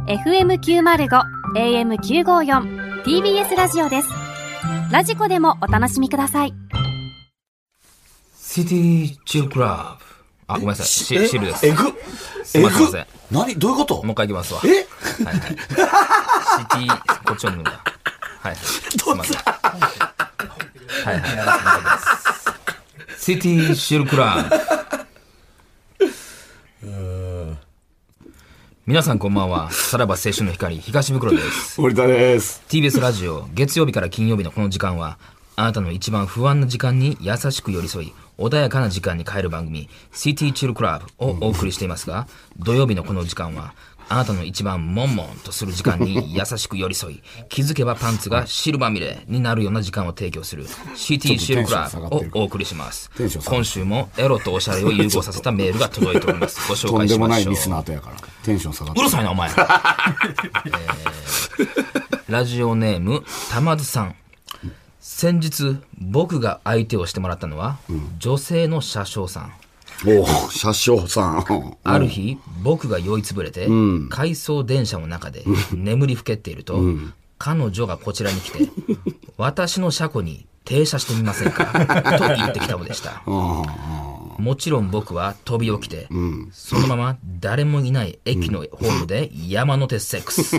FM905 AM954 TBS ラジオです。ラジコでもお楽しみください。 シティチルクラブ。あ、ごめんなさい。シルです。 すいません。 何どういうこと？ もう一回いきますわ。 はいはい。 シティ、こっちを脱んだ。はい。すいません。はいはい。シティチルクラブ。皆さんこんばんは。さらば青春の光、東袋です。 森田です。 TBS ラジオ、月曜日から金曜日のこの時間は、あなたの一番不安な時間に優しく寄り添い、穏やかな時間に変える番組、シティチルクラブをお送りしていますが、土曜日のこの時間は、あなたの一番悶々とする時間に優しく寄り添い、気づけばパンツがシルバーまみれになるような時間を提供する、シティチルクラブをお送りします。今週もエロとおしゃれを融合させたメールが届いております。ご紹介しましょう。 とんでもないリスナーとやから、テンション下がってる。 うるさいな、お前。ラジオネーム、たまずさん。先日僕が相手をしてもらったのは、女性の車掌さん。 おお、車掌さん。 ある日僕が酔いつぶれて、回送電車の中で眠りふけっていると、彼女がこちらに来て私の車庫に停車してみませんかと言ってきたのでした。もちろん僕は飛び起きて、そのまま誰もいない駅のホームで山手セックス。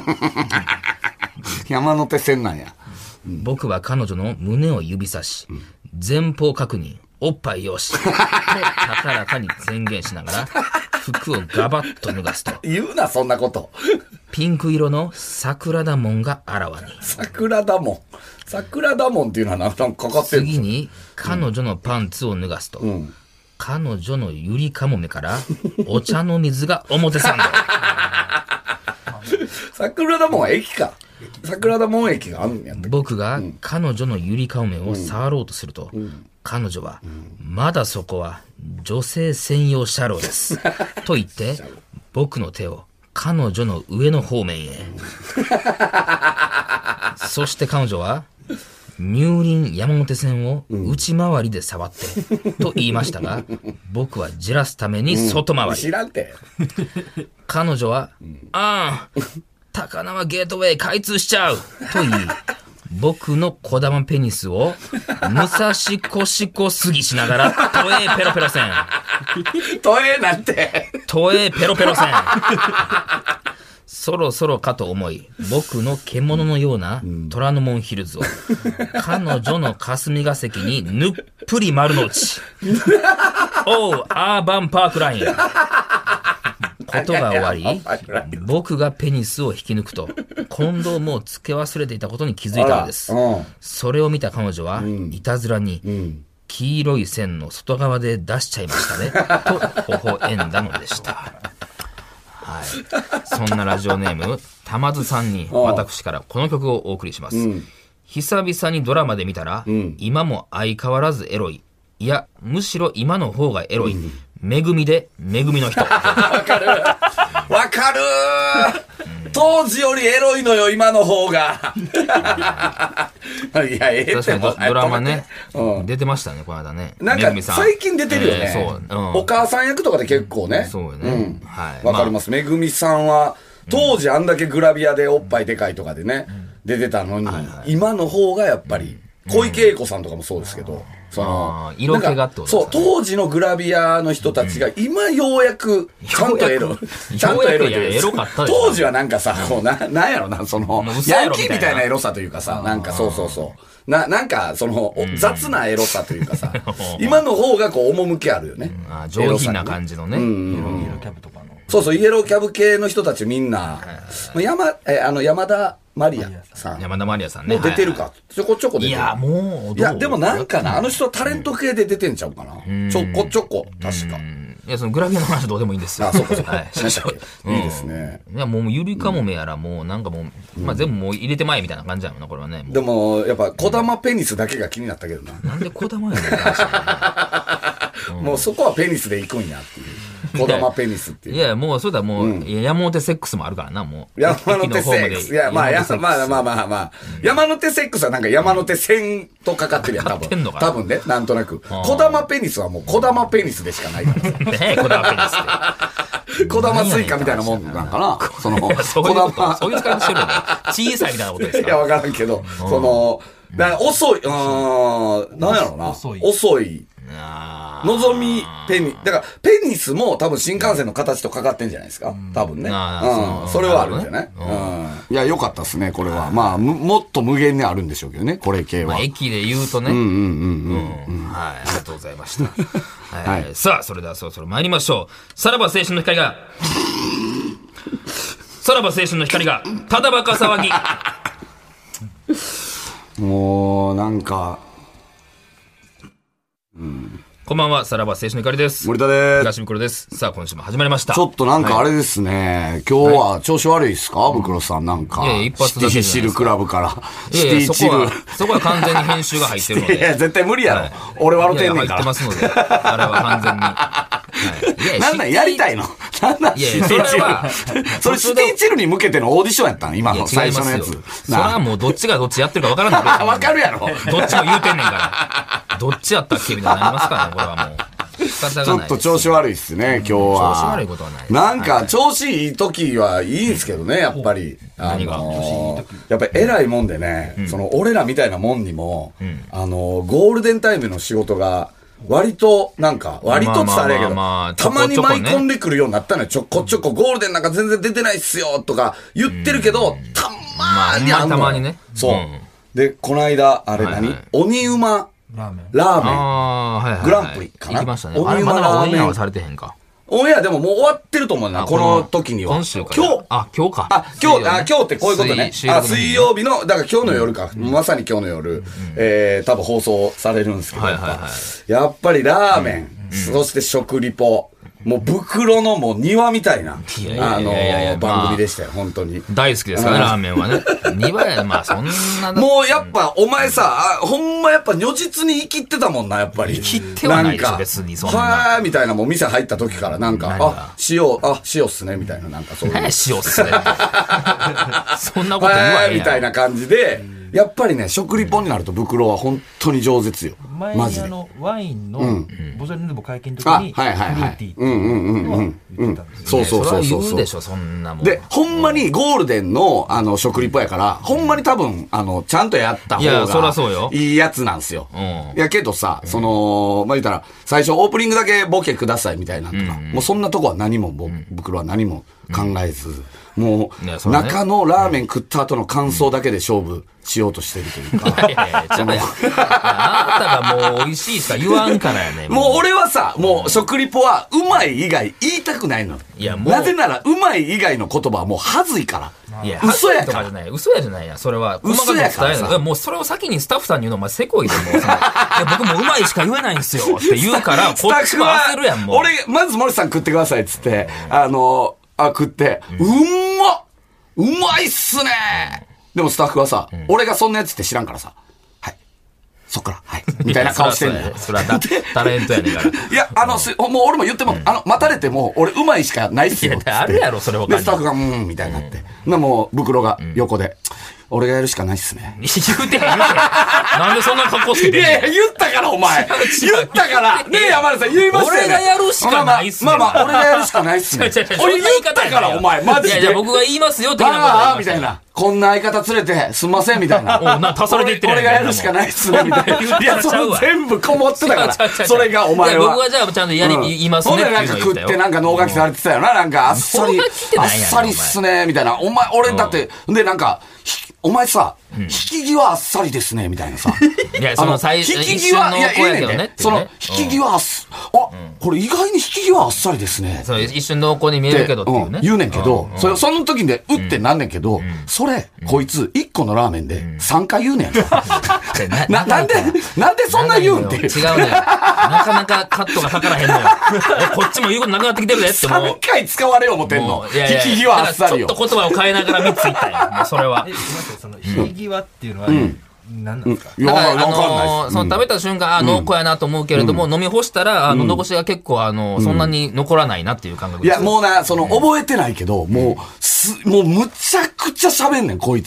山手線なんや。 僕は彼女の胸を指さし、前方確認、おっぱいよし、と高らかに宣言しながら、服をガバッと脱がすと。 言うな、そんなこと。 ピンク色の桜田門があらわに。 桜田門。桜田門っていうのはなんかかかってる。 次に、彼女のパンツを脱がすと、彼女のゆりかもめから、お茶の水が表参道。 桜田門は駅か。桜田門駅があるんやった。 僕が彼女のゆりかもめを触ろうとすると、彼女は、まだそこは女性専用車両です。と言って、僕の手を彼女の上の方面へ。そして彼女は、入林山手線を内回りで触って、と言いましたが、僕はじらすために外回り。 知らんて。 彼女は、ああ、高輪ゲートウェイ開通しちゃうと言い、僕の小玉ペニスを武蔵小しこすぎしながら都営ペロペロ線。 都営なんて。 都営ペロペロ線。そろそろかと思い、僕の獣のような虎ノ門ヒルズを彼女の霞が関にぬっぷり丸の内。おう、アーバンパークライン。ことが終わり、僕がペニスを引き抜くと、コンドームを付け忘れていたことに気づいたのです。それを見た彼女は、いたずらに、黄色い線の外側で出しちゃいましたね、と微笑んだのでした。はい。そんなラジオネーム、たまずさんに、私からこの曲をお送りします。久々にドラマで見たら、今も相変わらずエロい。いや、むしろ今の方がエロい。めぐみで、めぐみの人。わかるわかる当時よりエロいのよ、今の方が。いや、 確かにドラマね、出てましたね、この間ね。 なんか、最近出てるよね。そう。お母さん役とかで結構ね。 そうよね。 はい。わかります。めぐみさんは、当時あんだけグラビアでおっぱいでかいとかでね、出てたのに、今の方がやっぱり、小池栄子さんとかもそうですけど、その、 色気がってことですかね。そう、当時のグラビアの人たちが今ようやく、ちゃんとエロ、ちゃんとエロい。 エロかったでしょ。 当時はなんかさ、こうなんやろな、その、ヤンキーみたいなエロさというかさ、なんかそうそうそう。なんか、その、雑なエロさというかさ、今の方がこう、趣あるよね。 上品な感じのね。イエローキャブとかの。そうそう、イエローキャブ系の人たちみんな、山田マリアさん。 山田マリアさんね。 もう出てるか。ちょこちょこ出てる。 いや、もう、 いや、でもなんかな、あの人タレント系で出てんちゃうかな。ちょこちょこ、確か。 いや、そのグラビアの話どうでもいいんですよ。 あ、そうかそうか。いいですね。 いや、もうゆりかもめやら、もうなんかもう、まあ全部もう入れてまえみたいな感じやもんな、これはね。 でも、やっぱ、小玉ペニスだけが気になったけどな。 なんで小玉やねん。もうそこはペニスで行くんやっていう。小玉ペニスっていう。 いや、もう、そうだ、もう、山手セックスもあるからな、もう。 山手セックス。いや、まあ。山手セックスはなんか山手線とかかってるやん、多分。多分ね、なんとなく。小玉ペニスはもう小玉ペニスでしかないから。 ね小玉ペニスって。 小玉スイカみたいなもんなんかな。その、 そういうこと、そういう使い方してるよね。小さいみたいなことですか。 いや、わからんけど、その、遅い、なんやろうな。遅い。のぞみ、ペニ、だから、ペニスも多分新幹線の形とかかってんじゃないですか。多分ね。それはあるんじゃない？いや、良かったっすね、これは。まあ、もっと無限にあるんでしょうけどね、これ系は。 駅で言うとね。はい、ありがとうございました。さあ、それではそろそろ参りましょう。さらば青春の光が、さらば青春の光が、ただバカ騒ぎ。 もう、なんか、 こんばんは、さらば青春の光です。 森田です。 東袋です。さあ、今週も始まりました。 ちょっとなんかあれですね、今日は調子悪いですか、ブクロさんなんか。 一発だけじゃないですか。 シティシルクラブから。 シティチル。そこは完全に編集が入ってるので。 いや、絶対無理やろ。俺笑ってんねんから。 入ってますので、あれは完全に。 なんなんやりたいのなんなんシティチル。それシティチルに向けてのオーディションやったん今の最初のやつ。 それはもうどっちがどっちやってるか分からない。 わかるやろ。 どっちも言うてんねんから。どっちやったっけみたいになりますからね、これはもう。 ちょっと調子悪いっすね、今日は。 調子悪いことはない。 なんか、調子いい時はいいんすけどね、やっぱり。 何がやっぱり偉いもんでね、その、俺らみたいなもんにも、ゴールデンタイムの仕事が、割と、なんか、割とって言ったらあれやけど、たまに舞い込んでくるようになったのよ。ちょこちょこ、ゴールデンなんか全然出てないっすよ、とか言ってるけど、たまーにあんの。 たまにね。 そう。で、この間、あれ何鬼ウマラーメン。グランプリかな。 行きましたね。あれまだオンエアはされてへんか。 オンエアでももう終わってると思うな、この時には。 今週か。 今日か。 今日ってこういうことね。水曜日の、だから今日の夜か。まさに今日の夜、多分放送されるんですけど、やっぱりラーメン、そして食リポ。もう袋のもう庭みたいな、番組でしたよ、本当に。 大好きですからね、ラーメンはね。庭や、まあそんな。 もうやっぱ、お前さ、ほんまやっぱ如実に生きってたもんな、やっぱり。 生きってはないでしょ、別にそんな。 はーみたいな、もう店入った時からなんか、塩っすね、みたいな、なんかそういう。 塩っすね。そんなこと言わへん。 みたいな感じで、やっぱりね、食リポになると袋は本当に上手よ。マジで。 ワインのボジョレ・ヌーボー会見の時に、フルーティー言ってたんですよ。 そう。 言うでしょ、そんなもん。 で、ほんまにゴールデンの食リポやから、ほんまに多分、ちゃんとやった方がいいやつなんですよ。いやけどさ、その、まあ、言ったら、最初オープニングだけボケくださいみたいなとか、もうそんなとこは何も、袋は何も考えず、もう、中のラーメン食った後の感想だけで勝負しようとしてるというか。 あなたがもう美味しいしか言わんからやね。 もう俺はさ、もう食リポはうまい以外言いたくないの。 いやもう。 なぜならうまい以外の言葉はもうはずいから。 いや、嘘やとかじゃない。嘘やじゃないや。それは。 嘘やからさ。 もうそれを先にスタッフさんに言うのお前せこいでもう僕もうまいしか言えないんですよって言うから、こっちも焦るやんもう。 俺、まず森さん食ってくださいっつって、食って、うまいっすねでもスタッフはさ、俺がそんなやつって知らんからさ、はい。そっから、はい。みたいな顔してんだよ。 それはタレントやねんから。 いや、もう俺も言っても、待たれても、俺うまいしかないっすよ。 いや、あるやろ、それは。 で、スタッフが、みたいになって。もう、袋が横で、俺がやるしかないっすね。 言うて。なんでそんな格好しててんの？ いや、言ったから、お前。言ったから。ねえ、山田さん、言いましたよね。 俺がやるしかないっすね。 まあ、俺がやるしかないっすね。俺言ったから、お前、マジで。 いや、僕が言いますよ、的なこと。 みたいな。こんな相方連れて、すんません、みたいな。 足されていってる。 俺がやるしかないっすね、みたいな。いや、それ全部こもってたから。それがお前は。 僕はじゃあ、ちゃんと言いますね。 ほんでなんか食ってなんか脳書きされてたよな。なんか、あっさりっすね、みたいな。お前、俺だって、で、なんか、お前さ、引き際あっさりですね、みたいなさ。 いや、その引き際、いや、いいねんね。その、引き際これ意外に引き際あっさりですね。 そう、一瞬濃厚に見えるけどっていうね。 言うねんけど、その時で、ってなんねんけど、それ、こいつ、1個のラーメンで3回言うねん。なんでそんな言うんって。 違うねん。なかなかカットがかからへんのよ。こっちも言うことなくなってきてるでってもう。 3回使われよ思ってんの。引き際あっさりよ。 ちょっと言葉を変えながら3つ言ったよ。もうそれは。 その引き際っていうのは、何なんですか？ だからその食べた瞬間、濃厚やなと思うけれども、飲み干したら、喉越しが結構、そんなに残らないなっていう感覚です。 いや、もうな、覚えてないけど、もうむちゃくちゃ喋んねん、こいつ。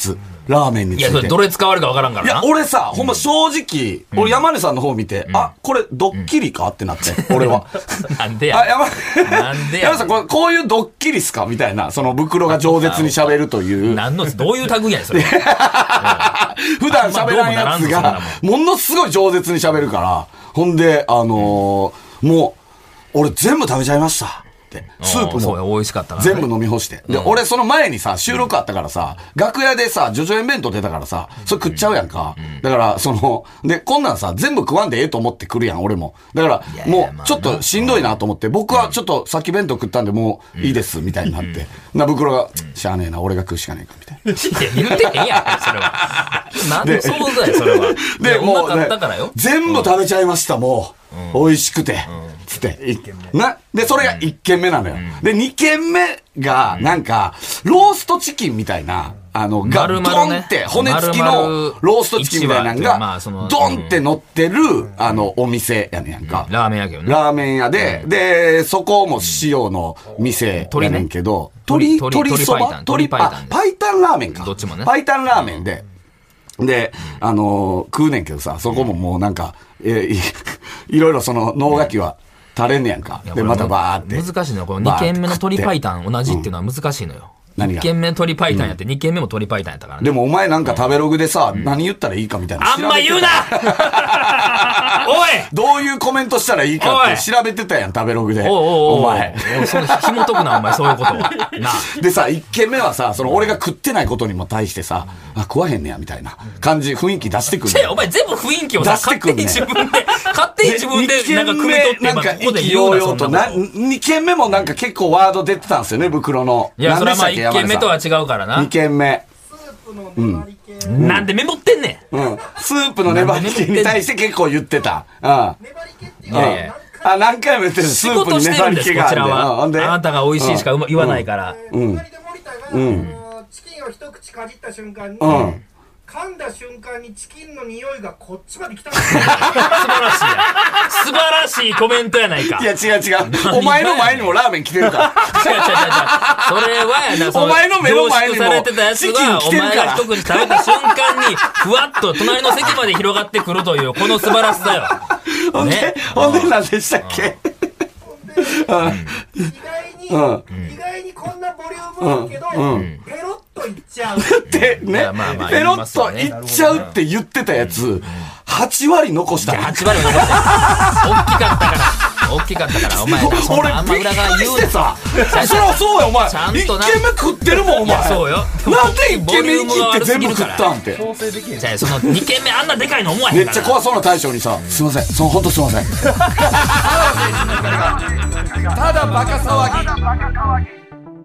ラーメンについて。 いや、どれ使われるかわからんからな。 いや、俺さ、ほんま正直、俺山根さんの方見て、これドッキリかってなって、俺は。 なんでや。 なんでや。山根さん、こういうドッキリっすかみたいな、その袋が饒舌に喋るという。 どういう類やねん、それ。 普段喋らんやつが、ものすごい饒舌に喋るから、ほんで、もう、俺全部食べちゃいました。スープも美味しかった全部飲み干して。で、俺その前にさ、収録あったからさ、楽屋でさ、ジョジョ園弁当出たからさ、それ食っちゃうやんか。だから、で、こんなんさ、全部食わんでええと思ってくるやん、俺も。だから、もう、ちょっとしんどいなと思って、僕はちょっとさっき弁当食ったんで、もういいです、みたいになって。袋が、しゃあねえな、俺が食うしかねえか、みたいな。 言ってへんやん、それは。なんで想像や、それは。 で、もう、全部食べちゃいました、もう。美味しくて。つって。で、それが1軒目なのよ。で、2軒目が、なんか、ローストチキンみたいな、ドンって、骨付きのローストチキンみたいなのが、ドンって乗ってる、お店やねんやんか。 ラーメン屋けどね。 ラーメン屋で、で、そこも塩の店やねんけど、鶏そばパイタンラーメンか。 どっちもね。 パイタンラーメンで、で、食うねんけどさ、そこももうなんか、いろいろその、脳書きは垂れんねやんか。で、またバーって。 難しいのよ。この2軒目の鶏白湯同じっていうのは難しいのよ。1軒目鶏白湯やって、2軒目も鶏白湯やったからね。 でもお前なんか食べログでさ、何言ったらいいかみたいな。 あんま言うなおいどういうコメントしたらいいかって調べてたやん、食べログで。お前。 紐解くな、お前、そういうことを。なでさ、1軒目はさ、俺が食ってないことにも対してさ、食わへんねや、みたいな感じ、雰囲気出してくる。 お前全部雰囲気を出してくる。勝手に自分で、なんか汲み取って、 なんか意気揚々と、2軒目もなんか結構ワード出てたんですよね、袋の。 いや、それはまあ1軒目とは違うからな。 2軒目。 なんでメモってんねん。 スープの粘り気に対して結構言ってた。 いやいや。 何回も言ってる。スープに粘り気がある。 あなたが美味しいしか言わないから。 チキンを一口かじった瞬間に、噛んだ瞬間にチキンの匂いがこっちまで来たんですよ。 素晴らしいや。素晴らしいコメントやないか。 いや違う。お前の前にもラーメン来てるから。 違う。それはやな、 お前の目の前にもされてたやつが、お前が一口食べた瞬間に、ふわっと隣の席まで広がってくるという、この素晴らしさよ。 ほんで何でしたっけ？ 意外にこんなボリュームあるけど、ペロッといっちゃうってね、ペロッといっちゃうって言ってたやつ、8割残した。 8割残した。大きかったから、お前。 俺あんま裏側言うてさ。 そりゃそうや、お前。1軒目食ってるもん、お前。 そうよ。 なんで1軒目に切って全部食ったんって。 じゃあ、その2軒目あんなでかいの思わへんから。 めっちゃ怖そうな大将にさ、すいません、ほんとすいません。ただバカ騒ぎ。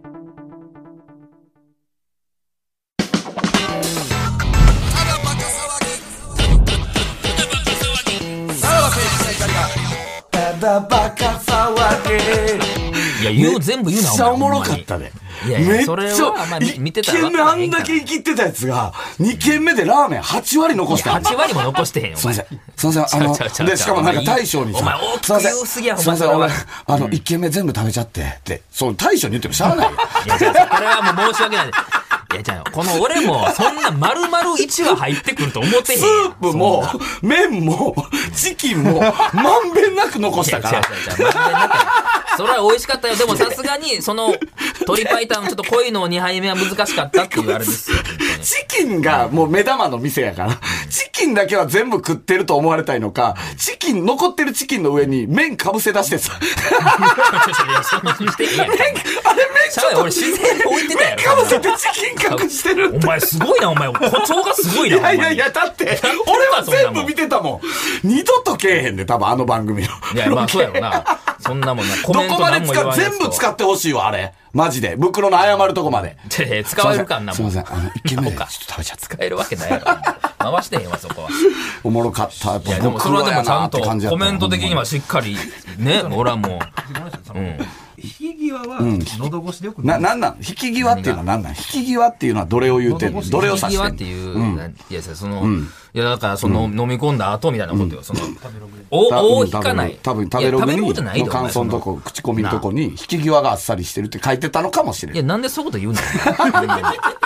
バカ騒ぎ。いや、全部言うな、 めっちゃおもろかったね。めっちゃ、1軒目あんだけ生きてたやつが、2軒目でラーメン8割残した。 8割も残してへんよ。 すいません。で、しかもなんか大将にさ、 お前大きく言うすぎや、 すいません、俺、1軒目全部食べちゃって、って、そう、大将に言ってもしゃあないよ。 いや、これはもう申し訳ない。いや、じゃあ、この俺も、そんな丸々1話入ってくると思ってへん。 スープも、麺も、チキンも、まんべんなく残したから。 それは美味しかったよ。でもさすがに、その、鶏白湯のちょっと濃いのを2杯目は難しかったっていうあれですよ。 チキンがもう目玉の店やから、チキンだけは全部食ってると思われたいのか、残ってるチキンの上に麺かぶせ出してさ。 あれ麺ちょっと、 俺自然に置いてたやろ。 麺かぶせてチキン隠してる。 お前すごいな、お前。誇張がすごいな。 いや、だって、俺は全部見てたもん。二度とけえへんで、多分あの番組の。 いや、まあそうやろな。そんなもんな。 どこまで全部使ってほしいわ、あれ。マジで。袋の謝るとこまで。 使えるかんなもん。 すいません。1軒目でちょっと食べちゃった。 使えるわけないやろ。回してへんわ、そこは。 おもろかった。 いや、でもそれはでもちゃんとコメント的にはしっかり、ね、俺はもう。 引き際は喉越しでよくなん引き際っていうのは何なん？引き際っていうのはどれを言うてんの？どれを指してんの？ 引き際っていう、いや、いや、だからその飲み込んだ後みたいなことよ。その、引かない。 多分食べログに、の感想のとこ、口コミのとこに、引き際があっさりしてるって書いてたのかもしれない。 いや、なんでそういうこと言うの？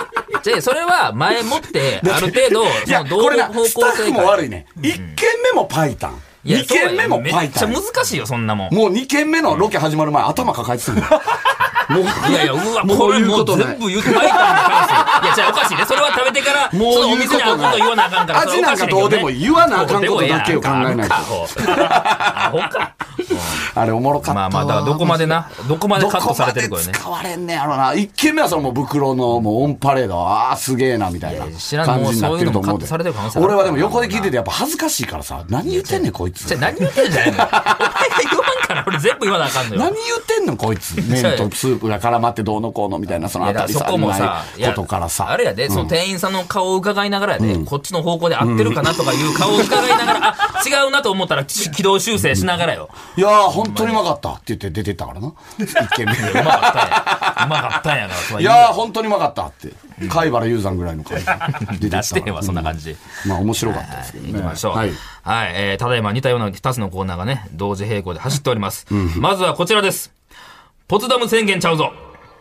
それは前もって、ある程度、 いや、これな、スタッフも悪いね。1軒目もパイタン。2軒目もパイタン。 めっちゃ難しいよ、そんなもん。 もう2軒目のロケ始まる前、頭抱えてたんだよ。 もういやいや、うわ、これもう全部言うてパイタンに関して。いや、じゃあおかしいね。それは食べてから、もうお店にあること言わなあかんから。 味なんかどうでも言わなあかんことだけを考えないと。 アホか。 あれおもろかった。 まあまあ、だからどこまでカットされてるかよね。 使われんねやろな。1軒目はそのもう袋のもうオンパレード、ああ、すげえな、みたいな感じになってると思うで。俺はでも横で聞いててやっぱ恥ずかしいからさ、何言ってんねんこいつ。 何言ってんじゃないのお前が言わんから俺全部言わなあかんのよ。 何言ってんのこいつ。麺とスープが絡まってどうのこうのみたいな、そのあたりさ、ないことからさ。 あれやで、その店員さんの顔を伺いながらやで、こっちの方向で合ってるかなとかいう顔を伺いながら、あ、違うなと思ったら軌道修正しながらよ。 いやー、本当にうまかったって言って出てったからな。一軒目で。 うまかったんやから。 いやー、本当にうまかったって。貝原雄山ぐらいの感じ。 出してへんわ、そんな感じ。 まあ面白かったですけどね。 行きましょう。はい。ただいま似たような2つのコーナーがね、同時並行で走っております。まずはこちらです。ポツダム宣言ちゃうぞ。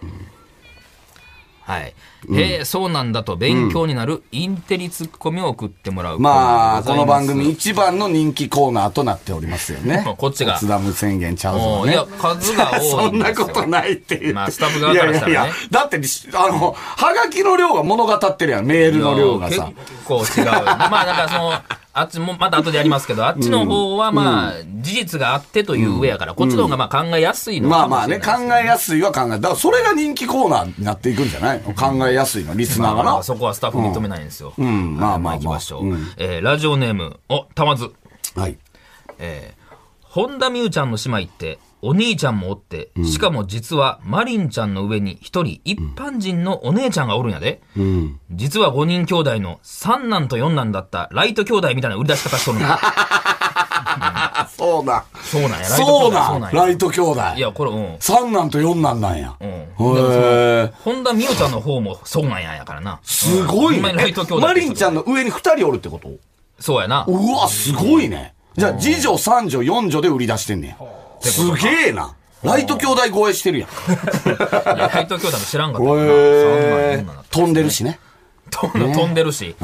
はい。そうなんだと勉強になるインテリツッコミを送ってもらう。 まあ、この番組一番の人気コーナーとなっておりますよね。 こっちが。 ポツダム宣言ちゃうぞ、ね。 いや、数が多いんですよ。 そんなことないっていう。 まあ、スタッフ側からしたらね。いやいやいや、 だって、はがきの量が物語ってるやん、メールの量がさ。 結構違う。まあ、なんかその、あっちも、また後でやりますけど、あっちの方はまあ、事実があってという上やから、こっちの方がまあ考えやすいのかもしれない。 まあまあね、考えやすいは考え、だからそれが人気コーナーになっていくんじゃないの？考えやすいの、リスナーがな。 そこはスタッフ認めないんですよ。 まあまあ行きましょう。ラジオネーム、たまず。 はい。 本田美優ちゃんの姉妹って、お兄ちゃんもおって、しかも実はマリンちゃんの上に一人一般人のお姉ちゃんがおるんやで。実は5人兄弟の三男と四男だったライト兄弟みたいな売り出し方しとるんだ。 そうだ。 そうなんや。 そうなん。ライト兄弟。 いや、これ、 三男と四男なんや。 本田美優ちゃんの方もそうなんやからな。 すごいね。 ライト兄弟。 マリンちゃんの上に2人おるってこと？ そうやな。 うわ、すごいね。じゃあ、次女、三女、四女で売り出してんねや。すげえな。ライト兄弟超えしてるやん。 ライト兄弟も知らんかった。 飛んでるしね。 飛んでるし。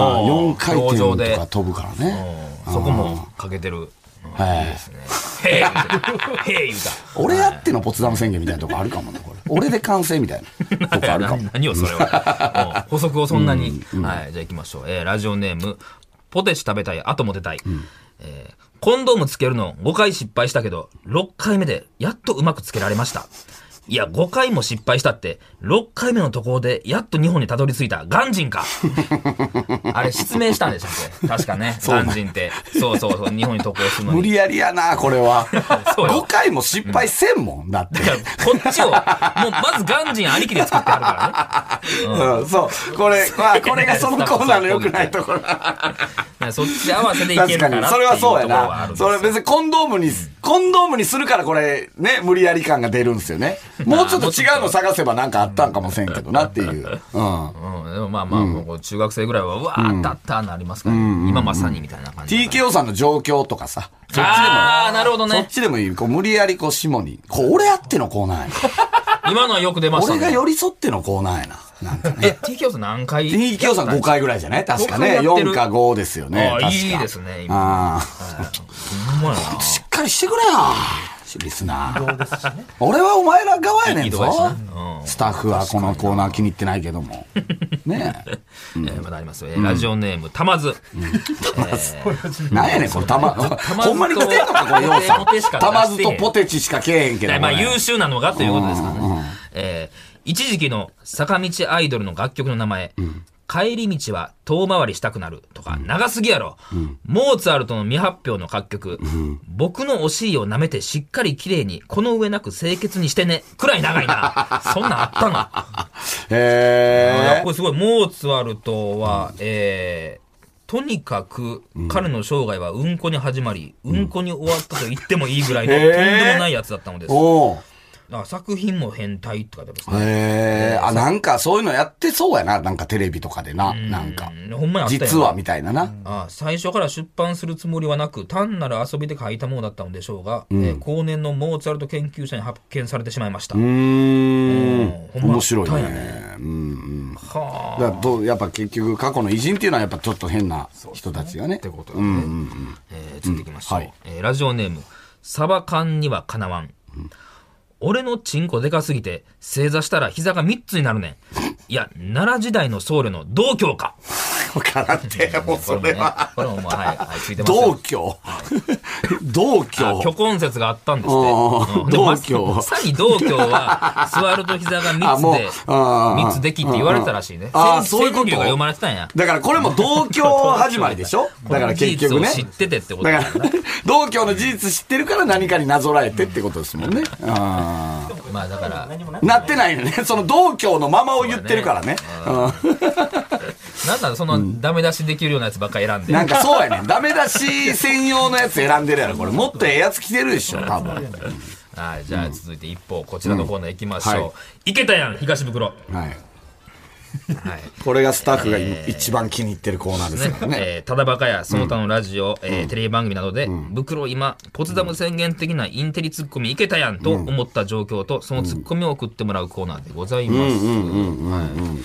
4回転とか飛ぶからね。 そこもかけてる。 はい。 いいですね。へえ言うた。 俺やってのポツダム宣言みたいなとこあるかもね、これ。俺で完成みたいなとこあるかも。 何をそれは。補足をそんなに。はい、じゃあ行きましょう。ラジオネーム、ポテチ食べたい、あとモテたい。コンドームつけるの5回失敗したけど、6回目でやっとうまくつけられました。いや、5回も失敗したって、6回目のところでやっと日本にたどり着いたガンジンか。あれ、失明したんでしたっけ？確かね。ガンジンって。そう、日本に渡航するのに。 無理やりやな、これは。5回も失敗せんもん、だって。 こっちを、もうまずガンジンありきで作ってあるからね。そう。これがそのコーナーの良くないところ。 そっち合わせでいけるから。 確かに、それはそうやな。それ別にコンドームにするからこれ、ね、無理やり感が出るんですよね。もうちょっと違うの探せばなんかあったんかもしれんけどなっていう。でもまあ、中学生ぐらいは、うわー、あったあったなりますからね。今まさにみたいな感じ。 TKO さんの状況とかさ。そっちでも。 なるほどね。 そっちでもいい。無理やり下に。俺あってのコーナーやな。今のはよく出ましたね。 俺が寄り添ってのコーナーやな。なんかね。 TKO さん何回 ?TKO さん5回ぐらいじゃない確かね。4か5ですよね。 いいですね、今。 しっかりしてくれよ。リスナー。俺はお前ら側やねんぞ。スタッフはこのコーナー気に入ってないけども。ねえ。 まだありますよ。ラジオネーム、たまず。 なんやねん、これほんまに来てんのか、これ要素。たまずとポテチしかけえへんけど。 まあ優秀なのがということですからね。一時期の坂道アイドルの楽曲の名前。帰り道は遠回りしたくなるとか、長すぎやろ。モーツァルトの未発表の楽曲。僕のお尻を舐めてしっかり綺麗に、この上なく清潔にしてね。くらい長いな。そんなんあったの。これすごい、モーツァルトは、とにかく、彼の生涯はうんこに始まり、うんこに終わったと言ってもいいぐらいの、とんでもないやつだったのです。 作品も変態って書いてますね。 なんかそういうのやってそうやな。なんかテレビとかでな。なんか。 ほんまにあったよ。 実はみたいなな。 最初から出版するつもりはなく、単なる遊びで書いたものだったのでしょうが、後年のモーツァルト研究者に発見されてしまいました。 面白いね。やっぱ結局過去の偉人っていうのはやっぱちょっと変な人たちがね。 ってことですね。続いていきましょう。ラジオネーム、サバ缶にはかなわん。俺のチンコでかすぎて正座したら膝が3つになるねん。いや、奈良時代の僧侶の道教か。 わからんて、もうそれは。 これももう、ついてますよ。 道教道教虚根説があったんですって。 道教まさに道教は、座ると膝が3つできって言われてたらしいね。 そういうことが読まれてたんや。 だからこれも道教始まりでしょだから結局ね。 知っててってことだから、道教の事実知ってるから何かになぞらえてってことですもんね。 まあだから。 なってないよね。その道教のままを言ってるからね。 なんだそのダメ出しできるようなやつばっか選んで。 なんかそうやね。ダメ出し専用のやつ選んでるやろ。これもっとええやつ来てるでしょ、多分。 じゃあ続いて一方、こちらのコーナー行きましょう。池田やん、東袋。 これがスタッフが一番気に入ってるコーナーですからね。 ただバカやその他のラジオ、テレビ番組などで、袋今ポツダム宣言的なインテリツッコミいけたやんと思った状況とそのツッコミを送ってもらうコーナーでございます。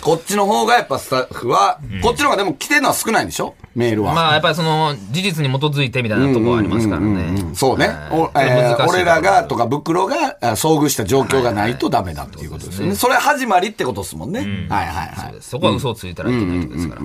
こっちの方がやっぱスタッフは、こっちの方がでも来てるのは少ないんでしょメールは。 まあやっぱりその事実に基づいてみたいなところありますからね。 そうね。俺らがとか袋が遭遇した状況がないとダメだっていうことですよね。それ始まりってことですもんね。はいはいはい。 そこは嘘をついたらいけないことですから。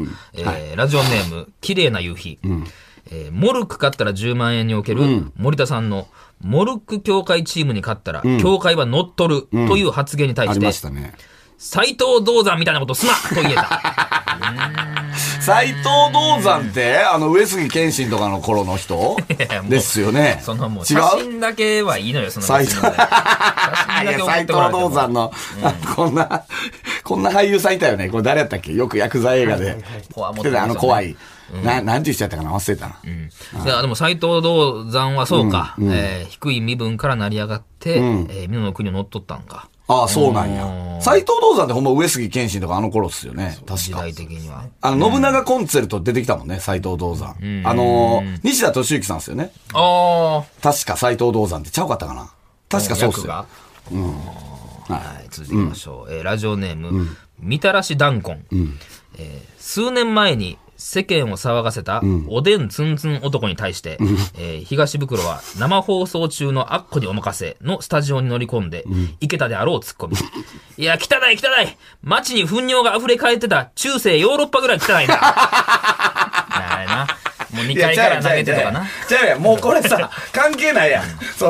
ラジオネーム、綺麗な夕日。モルック勝ったら10万円における森田さんのモルック協会チームに勝ったら協会は乗っ取るという発言に対して、斎藤道山みたいなことすなと言えた。 斎藤道山って上杉謙信とかの頃の人ですよね。 そのもう写真だけはいいのよ、その斎藤道山の、こんな俳優さんいたよね。これ誰やったっけ？よくヤクザ映画で。怖い。なんて言っちゃったかな忘れたな。 でも斎藤道山はそうか。低い身分から成り上がって、美濃の国を乗っ取ったんか。 ああ、そうなんや。斎藤道山ってほんま上杉謙信とか頃っすよね。確か。 時代的には。 信長コンツェルト出てきたもんね、斎藤道山。西田敏行さんですよね。確か斎藤道山ってちゃうかったかな。確かそうっすよ。 続いていきましょう。ラジオネーム、みたらしダンコン。数年前に世間を騒がせたおでんツンツン男に対して、東袋は生放送中のアッコにお任せのスタジオに乗り込んで、いけたであろうツッコミ。いや、汚い汚い街に糞尿が溢れ返ってた中世ヨーロッパぐらい汚いな。あれな。もう2階から投げてとかな。 もうこれさ、関係ないやん。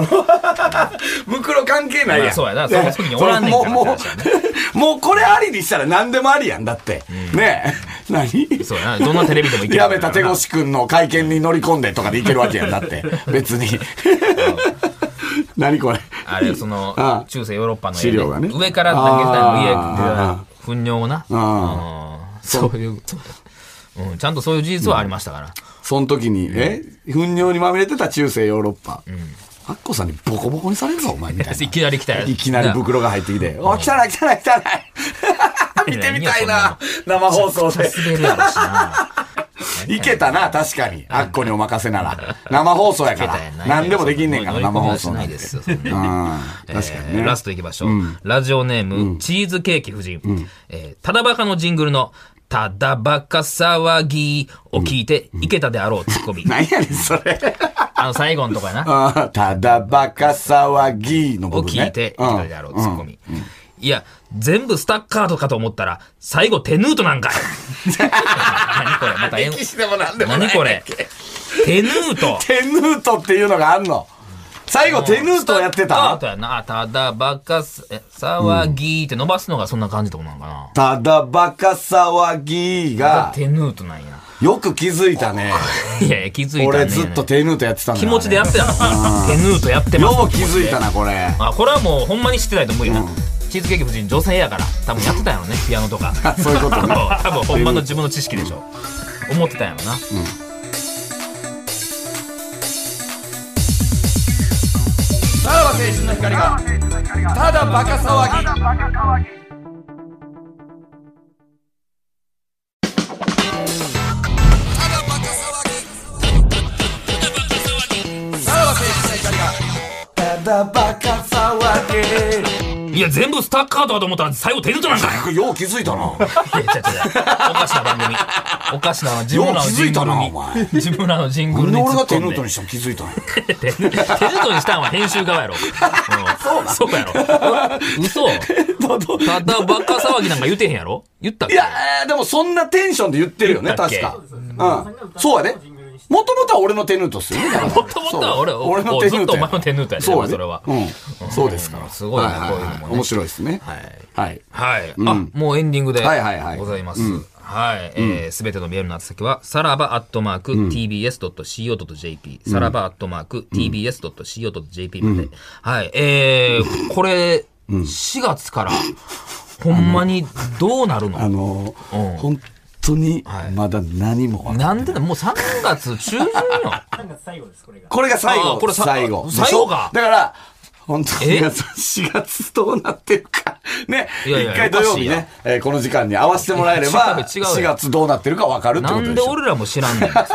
袋関係ないやん。 そうやな、その時におらんねんから。 もうこれありにしたら何でもありやん。だって。ねえ。何そうやな、どんなテレビでもいける。 やめた手越くんの会見に乗り込んでとかでいけるわけやん。だって。別に。何これ。 あれ、その、中世ヨーロッパの資料がね。上から投げたの家、糞尿をな。そういう。ちゃんとそういう事実はありましたから。 その時に、糞尿にまみれてた中世ヨーロッパ。アッコさんにボコボコにされるぞ、お前みたいな。 いきなり来たよ。 いきなり袋が入ってきて、汚い見てみたいな、生放送で。 滑るやろしな。 いけたな、確かに。アッコにお任せなら。生放送やから。何でもできんねんから、生放送なんで。 確かにね。ラストいきましょう。ラジオネーム、チーズケーキ夫人。ただバカのジングルの、ただバカ騒ぎを聞いて、いけたであろうツッコミ。 何やねん、それ。 最後のとこやな。 ただバカ騒ぎの部分ね。 を聞いて、いけたであろうツッコミ。いや、全部スタッカートかと思ったら、最後テヌートなんかい。何これまた歴史でもなんでもない。 何これテヌート。 テヌートっていうのがあんの。最後テヌートやってた？ やな。ただバカ騒ぎって伸ばすのがそんな感じってことなのかな。 ただバカ騒ぎがテヌートなんや。 よく気づいたね。 いや気づいたね。 俺ずっとテヌートやってたんだ。 気持ちでやってたの。テヌートやってます。 よう気づいたなこれ。 これはもうほんまに知ってないと思うよな。チーズケーキ夫人女性やから多分やってたんやろね、ピアノとか。 そういうことね。 多分ほんまの自分の知識でしょ。思ってたんやろな。 さらば青春の光が、ただバカ騒ぎ。 いや、全部スタッカートかと思ったら最後テヌトなんかよう気づいたな。いや、 おかしな番組。おかしな、自分らのジングルに。自分らのジングルに。 なんで俺がテヌトにしたの気づいたんや。 テヌトにしたんは編集側やろ。そうやろ。嘘。ただバカ騒ぎなんか言ってへんやろ。言ったっけ。 いや、でもそんなテンションで言ってるよね、確か。そうやね。もともとは俺のテヌートっすよね。 もともとは俺のテヌート。ずっとお前のテヌートやね。それは。 そうですから。 すごいね、こういうのもね。 面白いですね。はい。 はい。あ、もうエンディングでございます。はい。すべてのメールの宛先は、さらば@tbs.co.jp。さらば@tbs.co.jp まで。はい。これ、4月から、ほんまにどうなるの？ 本当に、まだ何も。 なんでだ、もう3月中旬よ。 3月最後です、これが。 これが最後。 これ最後か。 だから、本当に4月どうなってるか。ね。一回土曜日ね、この時間に合わせてもらえれば、4月どうなってるか分かるってことでしょ。 なんで俺らも知らんねん。いや、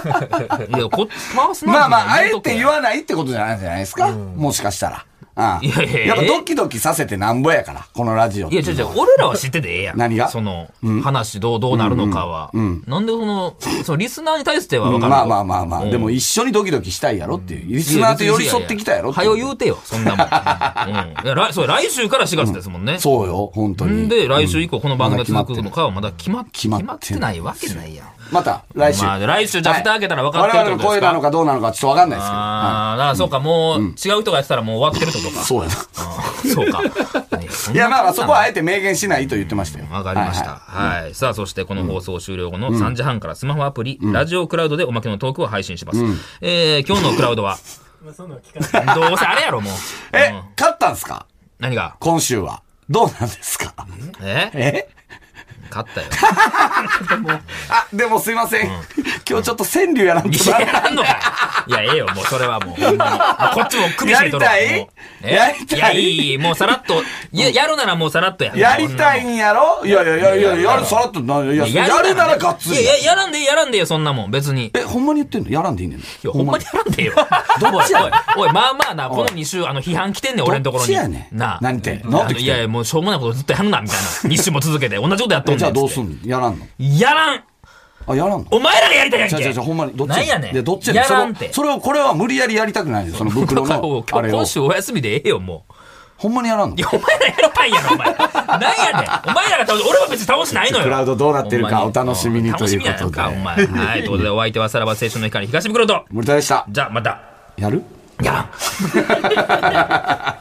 まあまあ、あえて言わないってことじゃないんじゃないですか。もしかしたら。やっぱドキドキさせてなんぼやから、このラジオ。 いや、俺らは知っててええやん。 何がその、話どうなるのかは。なんでそのリスナーに対しては分かるよ。 まあ。でも一緒にドキドキしたいやろっていう。リスナーと寄り添ってきたやろって。 はよ言うてよ、そんなもん。そう、来週から4月ですもんね。 そうよ、本当に。 で、来週以降この番組が続くのかはまだ決まってないわけないやん。 また、来週。 来週、じゃあ蓋開けたら分かってるってことですか？ 我々の声なのかどうなのかちょっと分かんないですけど。 だからそうか、もう、違う人がやってたらもう終わってるってことか。 そうやな。 そうか。 いや、まあそこはあえて明言しないと言ってましたよ。 わかりました。はい。さあ、そしてこの放送終了後の3時半からスマホアプリ、ラジオクラウドでおまけのトークを配信します。今日のクラウドは、どうせあれやろ、もう。 勝ったんすか？ 何が？ 今週は。どうなんですか？ 勝ったよ。 でもすいません。今日ちょっと川柳やらんとな。 やらんのかいや、ええよ、もうそれはもう。ほんまに。こっちも首絞めとろう。 やりたい？ いや、いい、もうさらっと。やるならもうさらっとや。 やりたいんやろ？いや、やる、さらっと、やるならがっつり。 いや、やらんでよ、そんなもん、別に。 ほんまに言ってんの？やらんでいいねん。いや、ほんまにやらんでよ。どっちや？おい、まあまあな、この2週、批判来てんねん、俺のところに。 どっちやねん。 なあ。 何て？ いや、もうしょうもないことずっとやるな、みたいな。2週も続けて、同じことやっとんねん。 じゃあどうすんの？やらんの？ やらん。 やらんの？ お前らがやりたいやんけ。 ほんまに。どっちなんやねん。 どっちやねん。 やらんて。 これは無理やりやりたくないんですよ、その袋の。 今週お休みでええよ、もう。 ほんまにやらんの？ いや、お前らやろかいやろ、お前。なんやねん。お前らが倒す、俺は別に倒してないのよ。 クラウドどうなってるかお楽しみにということで。 お前。はい、ということでお相手はさらば青春の光東袋と。 森田でした。 じゃあ、また。 やる？ やらん。